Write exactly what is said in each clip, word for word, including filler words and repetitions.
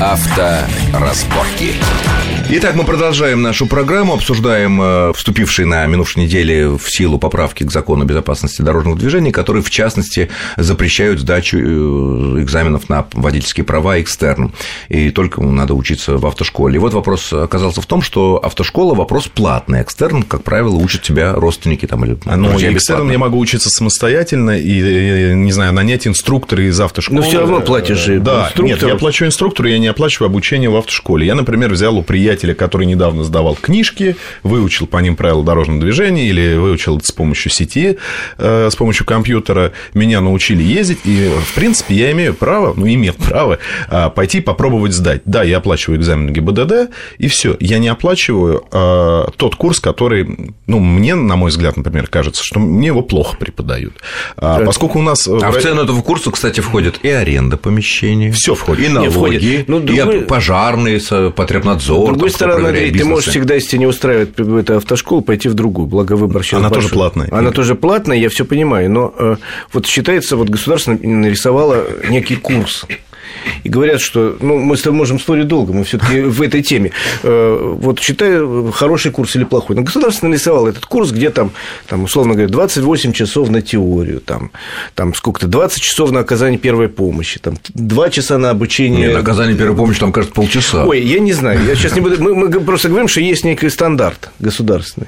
Авторазборки. Итак, мы продолжаем нашу программу, обсуждаем вступившие на минувшей неделе в силу поправки к закону о безопасности дорожного движения, которые, в частности, запрещают сдачу экзаменов на водительские права экстерном. И только надо учиться в автошколе. И вот вопрос оказался в том, что автошкола – вопрос платный. Экстерн, как правило, учат тебя родственники там, или друзья. Но экстерн я могу учиться самостоятельно и, не знаю, нанять инструктора из автошколы. Но все равно платишь же да, инструктору. Нет, я плачу инструктору, я не оплачиваю обучение в автошколе. Я, например, взял у приятеля, который недавно сдавал книжки, выучил по ним правила дорожного движения или выучил это с помощью сети, э, с помощью компьютера, меня научили ездить, и, в принципе, я имею право, ну, имею право э, пойти попробовать сдать. Да, я оплачиваю экзамен ГИБДД, и все. Я не оплачиваю э, тот курс, который, ну, мне, на мой взгляд, например, кажется, что мне его плохо преподают. А, поскольку у нас... А в цену этого курса, кстати, входит и аренда помещения. Все входит. И налоги, ну, другой... и пожарные, потребнадзор. С другой стороны, Андрей, ты можешь всегда, если тебя не устраивает эта автошкола, пойти в другую, благо выбор сейчас Она большой. тоже платная. Она тоже платная, я все понимаю, но э, вот считается, вот государство нарисовало некий курс. И говорят, что, ну, мы с тобой можем спорить долго, мы все-таки в этой теме. Вот считаю, хороший курс или плохой. Но государство нарисовало этот курс, где там, там условно говоря, двадцать восемь часов на теорию, там, там сколько-то, двадцать часов на оказание первой помощи, там, два часа на обучение. Нет, на оказание первой помощи, там, кажется, полчаса. Ой, я не знаю, я сейчас не буду. Мы, мы просто говорим, что есть некий стандарт государственный.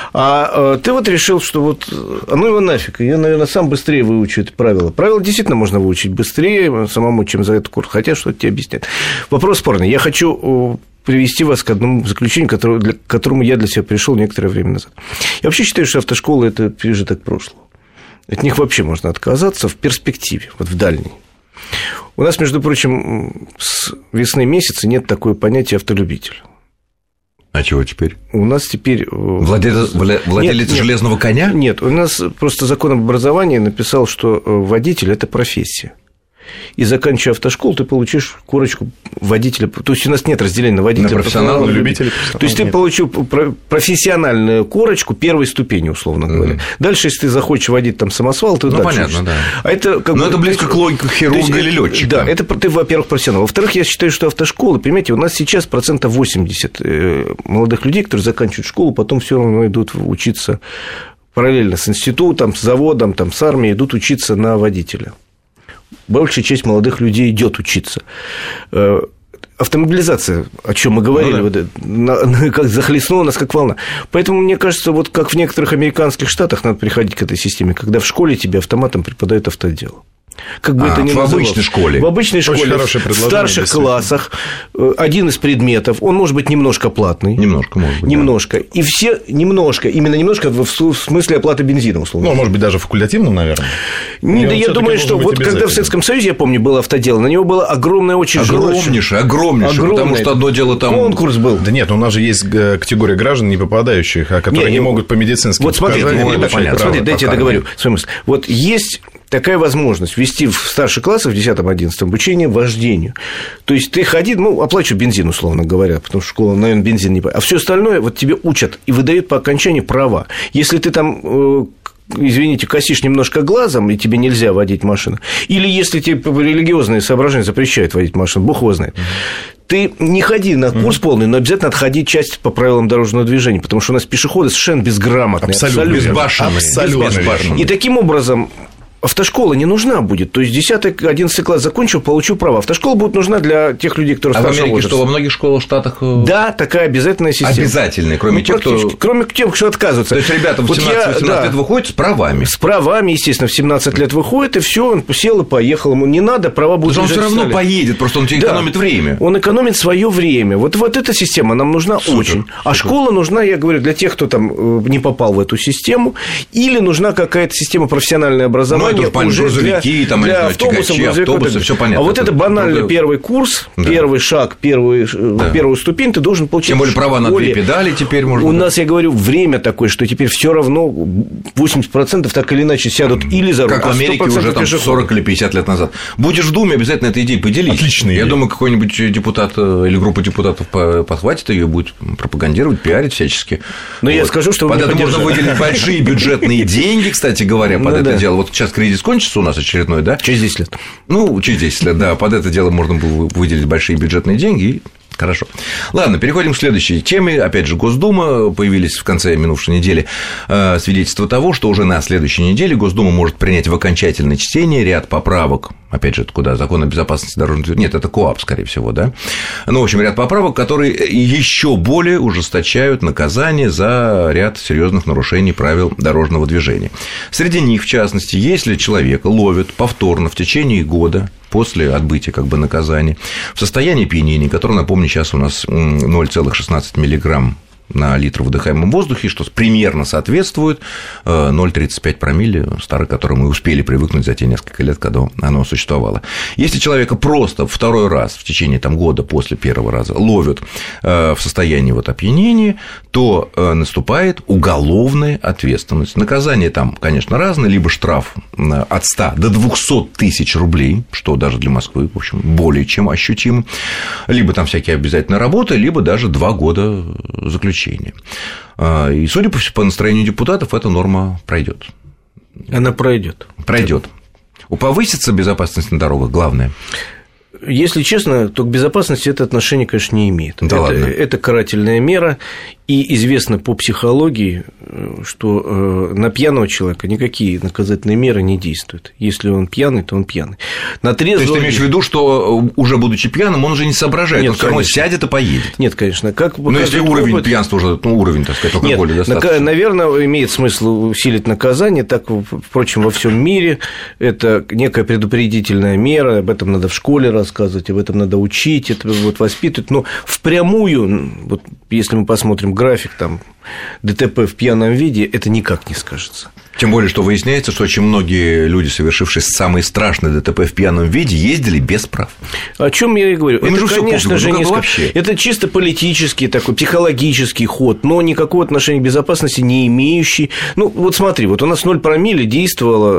А ты вот решил, что вот, а ну его нафиг, я, наверное, сам быстрее выучу это правило. Правила действительно можно выучить быстрее самому, чем за этот курс. Хотя что-то тебе объяснять. Вопрос спорный. Я хочу привести вас к одному заключению, к которому я для себя пришел некоторое время назад. Я вообще считаю, что автошкола – это пережиток прошлого. От них вообще можно отказаться в перспективе, вот в дальней. У нас, между прочим, с весны месяца нет такого понятия автолюбитель. А чего теперь? У нас теперь... Владелец, владелец нет, железного нет, коня? Нет, у нас просто закон об образовании написал, что водитель – это профессия. И заканчивая автошколу, ты получишь корочку водителя. То есть у нас нет разделения на водителя, на профессионала, на любителя. То есть ты получил профессиональную корочку первой ступени, условно говоря. Mm-hmm. Дальше, если ты захочешь водить там самосвал, ты ну, дальше. Понятно, учишься. Да. А это как Но бы... это близко к логике хирурга или летчика. Да, это ты, во-первых, профессионал. Во-вторых, я считаю, что автошколы, понимаете, у нас сейчас процентов восемьдесят молодых людей, которые заканчивают школу, потом все равно идут учиться параллельно с институтом, с заводом, там, с армией, идут учиться на водителя. Большая часть молодых людей идет учиться. Автомобилизация, о чем мы говорили, ну, да. вот, как захлестнула нас как волна. Поэтому, мне кажется, вот как в некоторых американских штатах надо приходить к этой системе, когда в школе тебе автоматом преподают автодело. Как бы а, это ни в называлось. обычной школе. В обычной школе, в старших классах один из предметов, он может быть немножко платный. Немножко, может быть. Немножко. Да. И все немножко, именно немножко в смысле оплаты бензина, условно. Ну, может быть, даже факультативным, наверное. Не, да я думаю, что вот когда в Советском Союзе, я помню, было автодело, на него была огромная очередь. Огромнейшая, огромнейшая, огромная, потому что одно дело там... Конкурс был. Да нет, у нас же есть категория граждан, не попадающих, а которые нет, не могут по медицинским вот смотрите, показаниям. Вот смотрите, смотрите, дайте я договорю свою мысль. Вот есть такая возможность ввести в старших классах, в десятом-одиннадцатом, обучение вождению. То есть ты ходи, ну, оплачивай бензин, условно говоря, потому что школа, наверное, бензин не... А все остальное вот тебе учат и выдают по окончании права. Если ты там... извините, косишь немножко глазом, и тебе нельзя водить машину, или если тебе религиозные соображения запрещают водить машину, бог его знает, ты не ходи на курс полный, но обязательно отходи часть по правилам дорожного движения, потому что у нас пешеходы совершенно безграмотные. Абсолютно. Безбашенные. Абсолютно. Безбашенные. И таким образом... Автошкола не нужна будет. То есть десятый-одиннадцатый класс закончил, получил право. Автошкола будет нужна для тех людей, которые а старше возраста. А в Америке что, во многих школах, штатах... Да, такая обязательная система. Обязательная, кроме ну, тех, кто... Кроме тех, кто отказывается. То есть ребята в семнадцать-восемнадцать да, лет выходят с правами. С правами, естественно, в семнадцать лет выходит, и все, он сел и поехал. Ему не надо, права будут лежать. Он все равно поедет, просто он тебе да, экономит время. Он экономит свое время. Вот, вот эта система нам нужна супер, очень. А супер. Школа нужна, я говорю, для тех, кто там не попал в эту систему, или нужна какая-то система профессионального образования ну, уже для... Какие там, для знаю, автобусов, тягачи, автобусы, все понятно. А вот это банально другое... первый курс, да. первый шаг, первый, да. первую ступень ты должен получить. Тем более права на две педали теперь можно. У нас, я говорю, время такое, что теперь все равно восемьдесят процентов так или иначе сядут или за руль. Как в Америке уже там сорок или пятьдесят лет назад. Будешь в Думе, обязательно этой идеей поделись. Отлично. Я думаю, какой-нибудь депутат или группа депутатов подхватит ее, будет пропагандировать, пиарить всячески. Но вот. Я скажу, что под это можно выделить большие бюджетные деньги, кстати говоря, под это дело. Вот сейчас кризис кончится у нас очередной, да? Через десять лет. Ну, через десять лет, да, под это дело можно было выделить большие бюджетные деньги и... Хорошо. Ладно, переходим к следующей теме. Опять же, Госдума. Появились в конце минувшей недели свидетельства того, что уже на следующей неделе Госдума может принять в окончательное чтение ряд поправок. Опять же, это куда? Закон о безопасности дорожного движения. Нет, это КоАП, скорее всего, да? Ну, в общем, ряд поправок, которые еще более ужесточают наказание за ряд серьезных нарушений правил дорожного движения. Среди них, в частности, если человека ловят повторно в течение года после отбытия как бы наказания в состоянии опьянения, которое, напомню, сейчас у нас ноль целых шестнадцать миллиграмм на литр в выдыхаемом воздухе, что примерно соответствует ноль целых тридцать пять промилле, старое, к которому мы успели привыкнуть за те несколько лет, когда оно существовало. Если человека просто второй раз в течение там, года после первого раза ловят в состоянии вот опьянения, то наступает уголовная ответственность. Наказание там, конечно, разное, либо штраф от ста до двухсот тысяч рублей, что даже для Москвы, в общем, более чем ощутимо, либо там всякие обязательные работы, либо даже два года заключения. И, судя по, по настроению депутатов, эта норма пройдет. Она пройдет. Пройдет. Повысится безопасность на дорогах, главное. Если честно, то к безопасности это отношение, конечно, не имеет. Да это, ладно. Это карательная мера, и известно по психологии, что на пьяного человека никакие наказательные меры не действуют. Если он пьяный, то он пьяный. На трезвого... То есть, ты имеешь в виду, что уже будучи пьяным, он уже не соображает, Нет, он все равно сядет и поедет? Нет, конечно. Как Но если уровень опыт... пьянства уже, ну, уровень, так сказать, алкоголя Нет, достаточно. Наверное, имеет смысл усилить наказание, так, впрочем, во всем мире. Это некая предупредительная мера, об этом надо в школе рассказывать, об этом надо учить, это вот воспитывать. Но впрямую, вот если мы посмотрим график там ДТП в пьяном виде, это никак не скажется. Тем более, что выясняется, что очень многие люди, совершившие самые страшные ДТП в пьяном виде, ездили без прав. О чем я и говорю. Ну, это, конечно пофигу, же, ну, не вообще. Это чисто политический такой, психологический ход, но никакого отношения к безопасности не имеющий. Ну, вот смотри, вот у нас ноль промилле действовало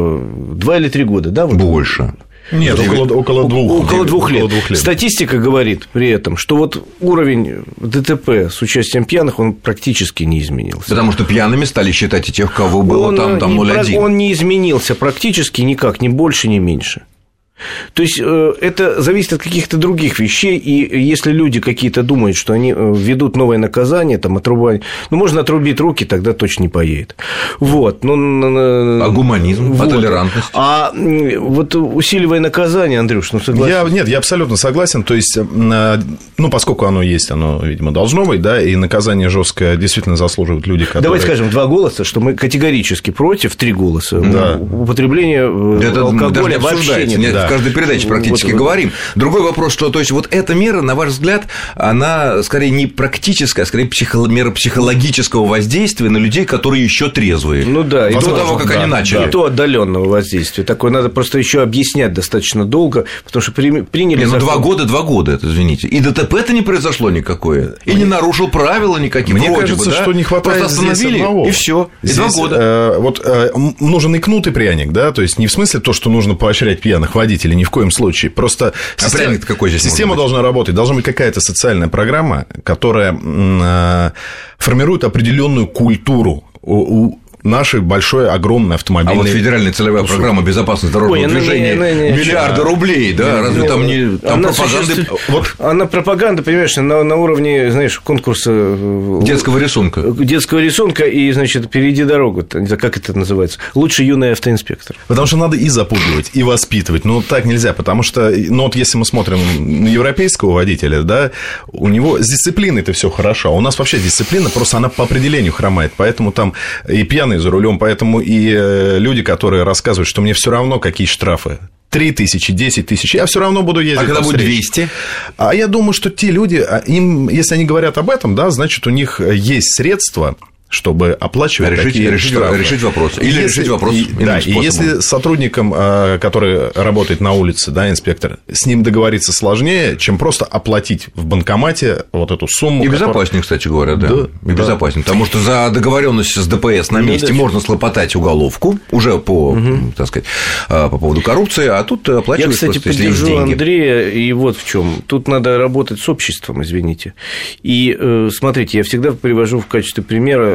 э, два или три года, да? Вот? Больше. Нет, около, около двух. Около двух лет. Около двух лет. Статистика говорит при этом, что вот уровень ДТП с участием пьяных, он практически не изменился. Потому что пьяными стали считать и тех, у кого было он, там, там ноль целых один. Он не изменился практически никак, ни больше, ни меньше. То есть, это зависит от каких-то других вещей, и если люди какие-то думают, что они введут новое наказание, там, отрубание, ну, можно отрубить руки, тогда точно не поедет. Вот. Ну, а гуманизм, вот. А толерантность? А вот усиливая наказание, Андрюш, ну, согласен? Я, нет, я абсолютно согласен, то есть, ну, поскольку оно есть, оно, видимо, должно быть, да, и наказание жесткое действительно заслуживают люди, которые... Давайте скажем, два голоса, что мы категорически против, три голоса, да. употребления это алкоголя вообще нет. нет. В каждой передаче практически вот, говорим. Другой вопрос, что, то есть, вот эта мера, на ваш взгляд, она скорее не практическая, а скорее психо... мера психологического воздействия на людей, которые еще трезвые. Ну да, и до то, того, как да, они начали. И то отдаленного воздействия. Такое надо просто еще объяснять достаточно долго, потому что при... приняли. Не, ну закон... два года, два года, это, извините. И ДТП-то не произошло никакое. И Мне... не нарушил правила никаких. Мне вроде кажется, бы, да? что не хватает просто остановили, одного. И все. И здесь, два года. Э, вот э, нужен и кнут, и пряник, да, то есть не в смысле то, что нужно поощрять пьяных водителей, ни в коем случае. Просто а система, какой здесь система должна работать. Должна быть какая-то социальная программа, которая э, формирует определенную культуру у, у нашей большой, огромной автомобильной... А вот федеральная целевая услуги. Программа безопасности дорожного Ой, движения не, не, не, миллиарды а... рублей, да? Разве не, там не... Там она пропаганда... Существует... Вот... Она пропаганда, понимаешь, на, на уровне, знаешь, конкурса... Детского рисунка. Детского рисунка и, значит, «Перейди дорогу». Как это называется? Лучший юный автоинспектор. Потому что надо и запугивать, и воспитывать. Ну, так нельзя, потому что... Ну, вот если мы смотрим на европейского водителя, да, у него с дисциплиной-то все хорошо. А у нас вообще дисциплина, просто она по определению хромает. Поэтому там и пьяный за рулем, поэтому и люди, которые рассказывают, что мне все равно какие штрафы, три тысячи, десять тысяч, я все равно буду ездить. А когда будет двести? А я думаю, что те люди, им, если они говорят об этом, да, значит, у них есть средства, чтобы оплачивать решить, такие решить, штрафы. Решить вопрос. Или если, решить вопрос и, да, и если сотрудникам, который работает на улице, да, инспектор, с ним договориться сложнее, чем просто оплатить в банкомате вот эту сумму. И безопаснее, кстати говоря, да. да и да. безопаснее. Потому что за договоренность с ДПС на месте да, можно слопотать уголовку уже по, угу. так сказать, по поводу коррупции, а тут оплачивать Я, кстати, просто, поддержу Андрея, и вот в чем. Тут надо работать с обществом, извините. И смотрите, я всегда привожу в качестве примера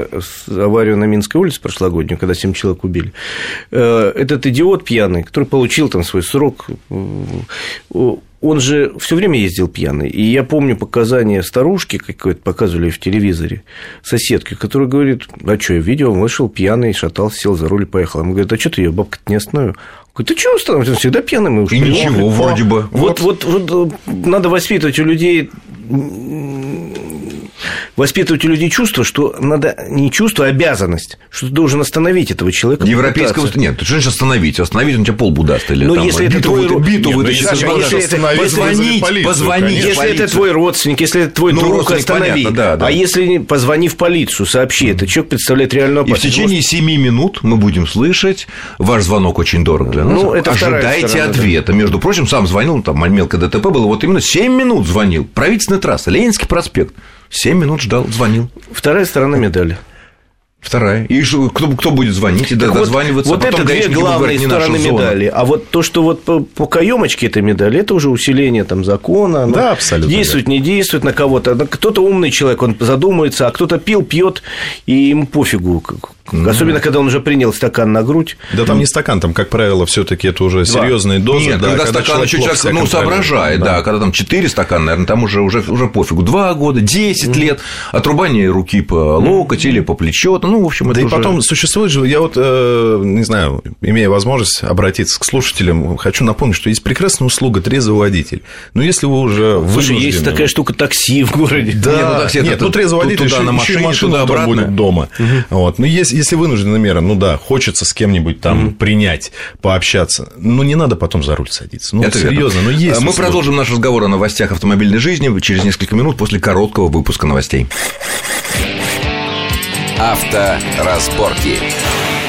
аварию на Минской улице прошлогоднюю, когда семь человек убили. Этот идиот пьяный, который получил там свой срок, он же все время ездил пьяный. И я помню показания старушки, какой-то показывали в телевизоре, соседки, которая говорит: а что, я видел, он вышел пьяный, шатался, сел за руль и поехал. Она говорит: а что ты ее, бабка-то, не остановил? Говорит: ты что остановился? Он всегда пьяный, мы уже и привыкли. Ничего, вроде бы. Вот, вот. Вот, вот надо воспитывать у людей... Воспитывать у людей чувство, что надо не чувство, а обязанность, что ты должен остановить этого человека. Европейского... Попытаться. Нет, ты что значит остановить? Остановить, он тебя полбу даст. Или ну, там, если это твой... Биту, биту нет, вытащит. Саша, если если это... Позвонить, полицию, позвонить. Если полицию. это твой родственник, если это твой ну, друг, останови. Понятно, да, да. А если позвони в полицию, сообщи, mm. этот человек представляет реальную опасность. И в течение семи минут мы будем слышать, ваш звонок очень дорог для нас. Ну, это ожидайте сторона, ответа. Да. Между прочим, сам звонил, там мелкое ДТП было, вот именно семь минут звонил. Правительственная трасса, Ленинский проспект. семь минут ждал, звонил. Вторая сторона медали. Вторая. И кто, кто будет звонить и дозваниваться? Вот, вот это две главные стороны медали. А вот то, что вот по, по каемочке этой медали, это уже усиление там, закона. Да, абсолютно. Действует, да. Не действует на кого-то. Кто-то умный человек, он задумается, а кто-то пил, пьет, и ему пофигу. Mm. Особенно, когда он уже принял стакан на грудь. Да, там не стакан, там, как правило, все-таки это уже серьезные дозы. Нет, да, когда, когда стакан еще человек, человек ну, соображает, да. да, когда там четыре стакана, наверное, там уже, уже, уже пофигу. Два года, десять mm. лет, отрубание руки по локоть mm. или по плечо. Ну, в общем, это да уже... и потом существует же, я вот, э, не знаю, имея возможность обратиться к слушателям, хочу напомнить, что есть прекрасная услуга трезвый водитель. Но если вы уже вынуждены... Слушай, есть такая штука такси в городе. Да, нет, ну, такси, нет, это, ну трезвый водитель еще, на машине, еще и машину туда будет дома. Угу. Вот. Но если, если вынужденная мера, ну да, хочется с кем-нибудь там угу. принять, пообщаться, но не надо потом за руль садиться. Ну, это серьезно, но есть. Мы продолжим наш разговор о новостях автомобильной жизни через несколько минут после короткого выпуска новостей. Авторазборки.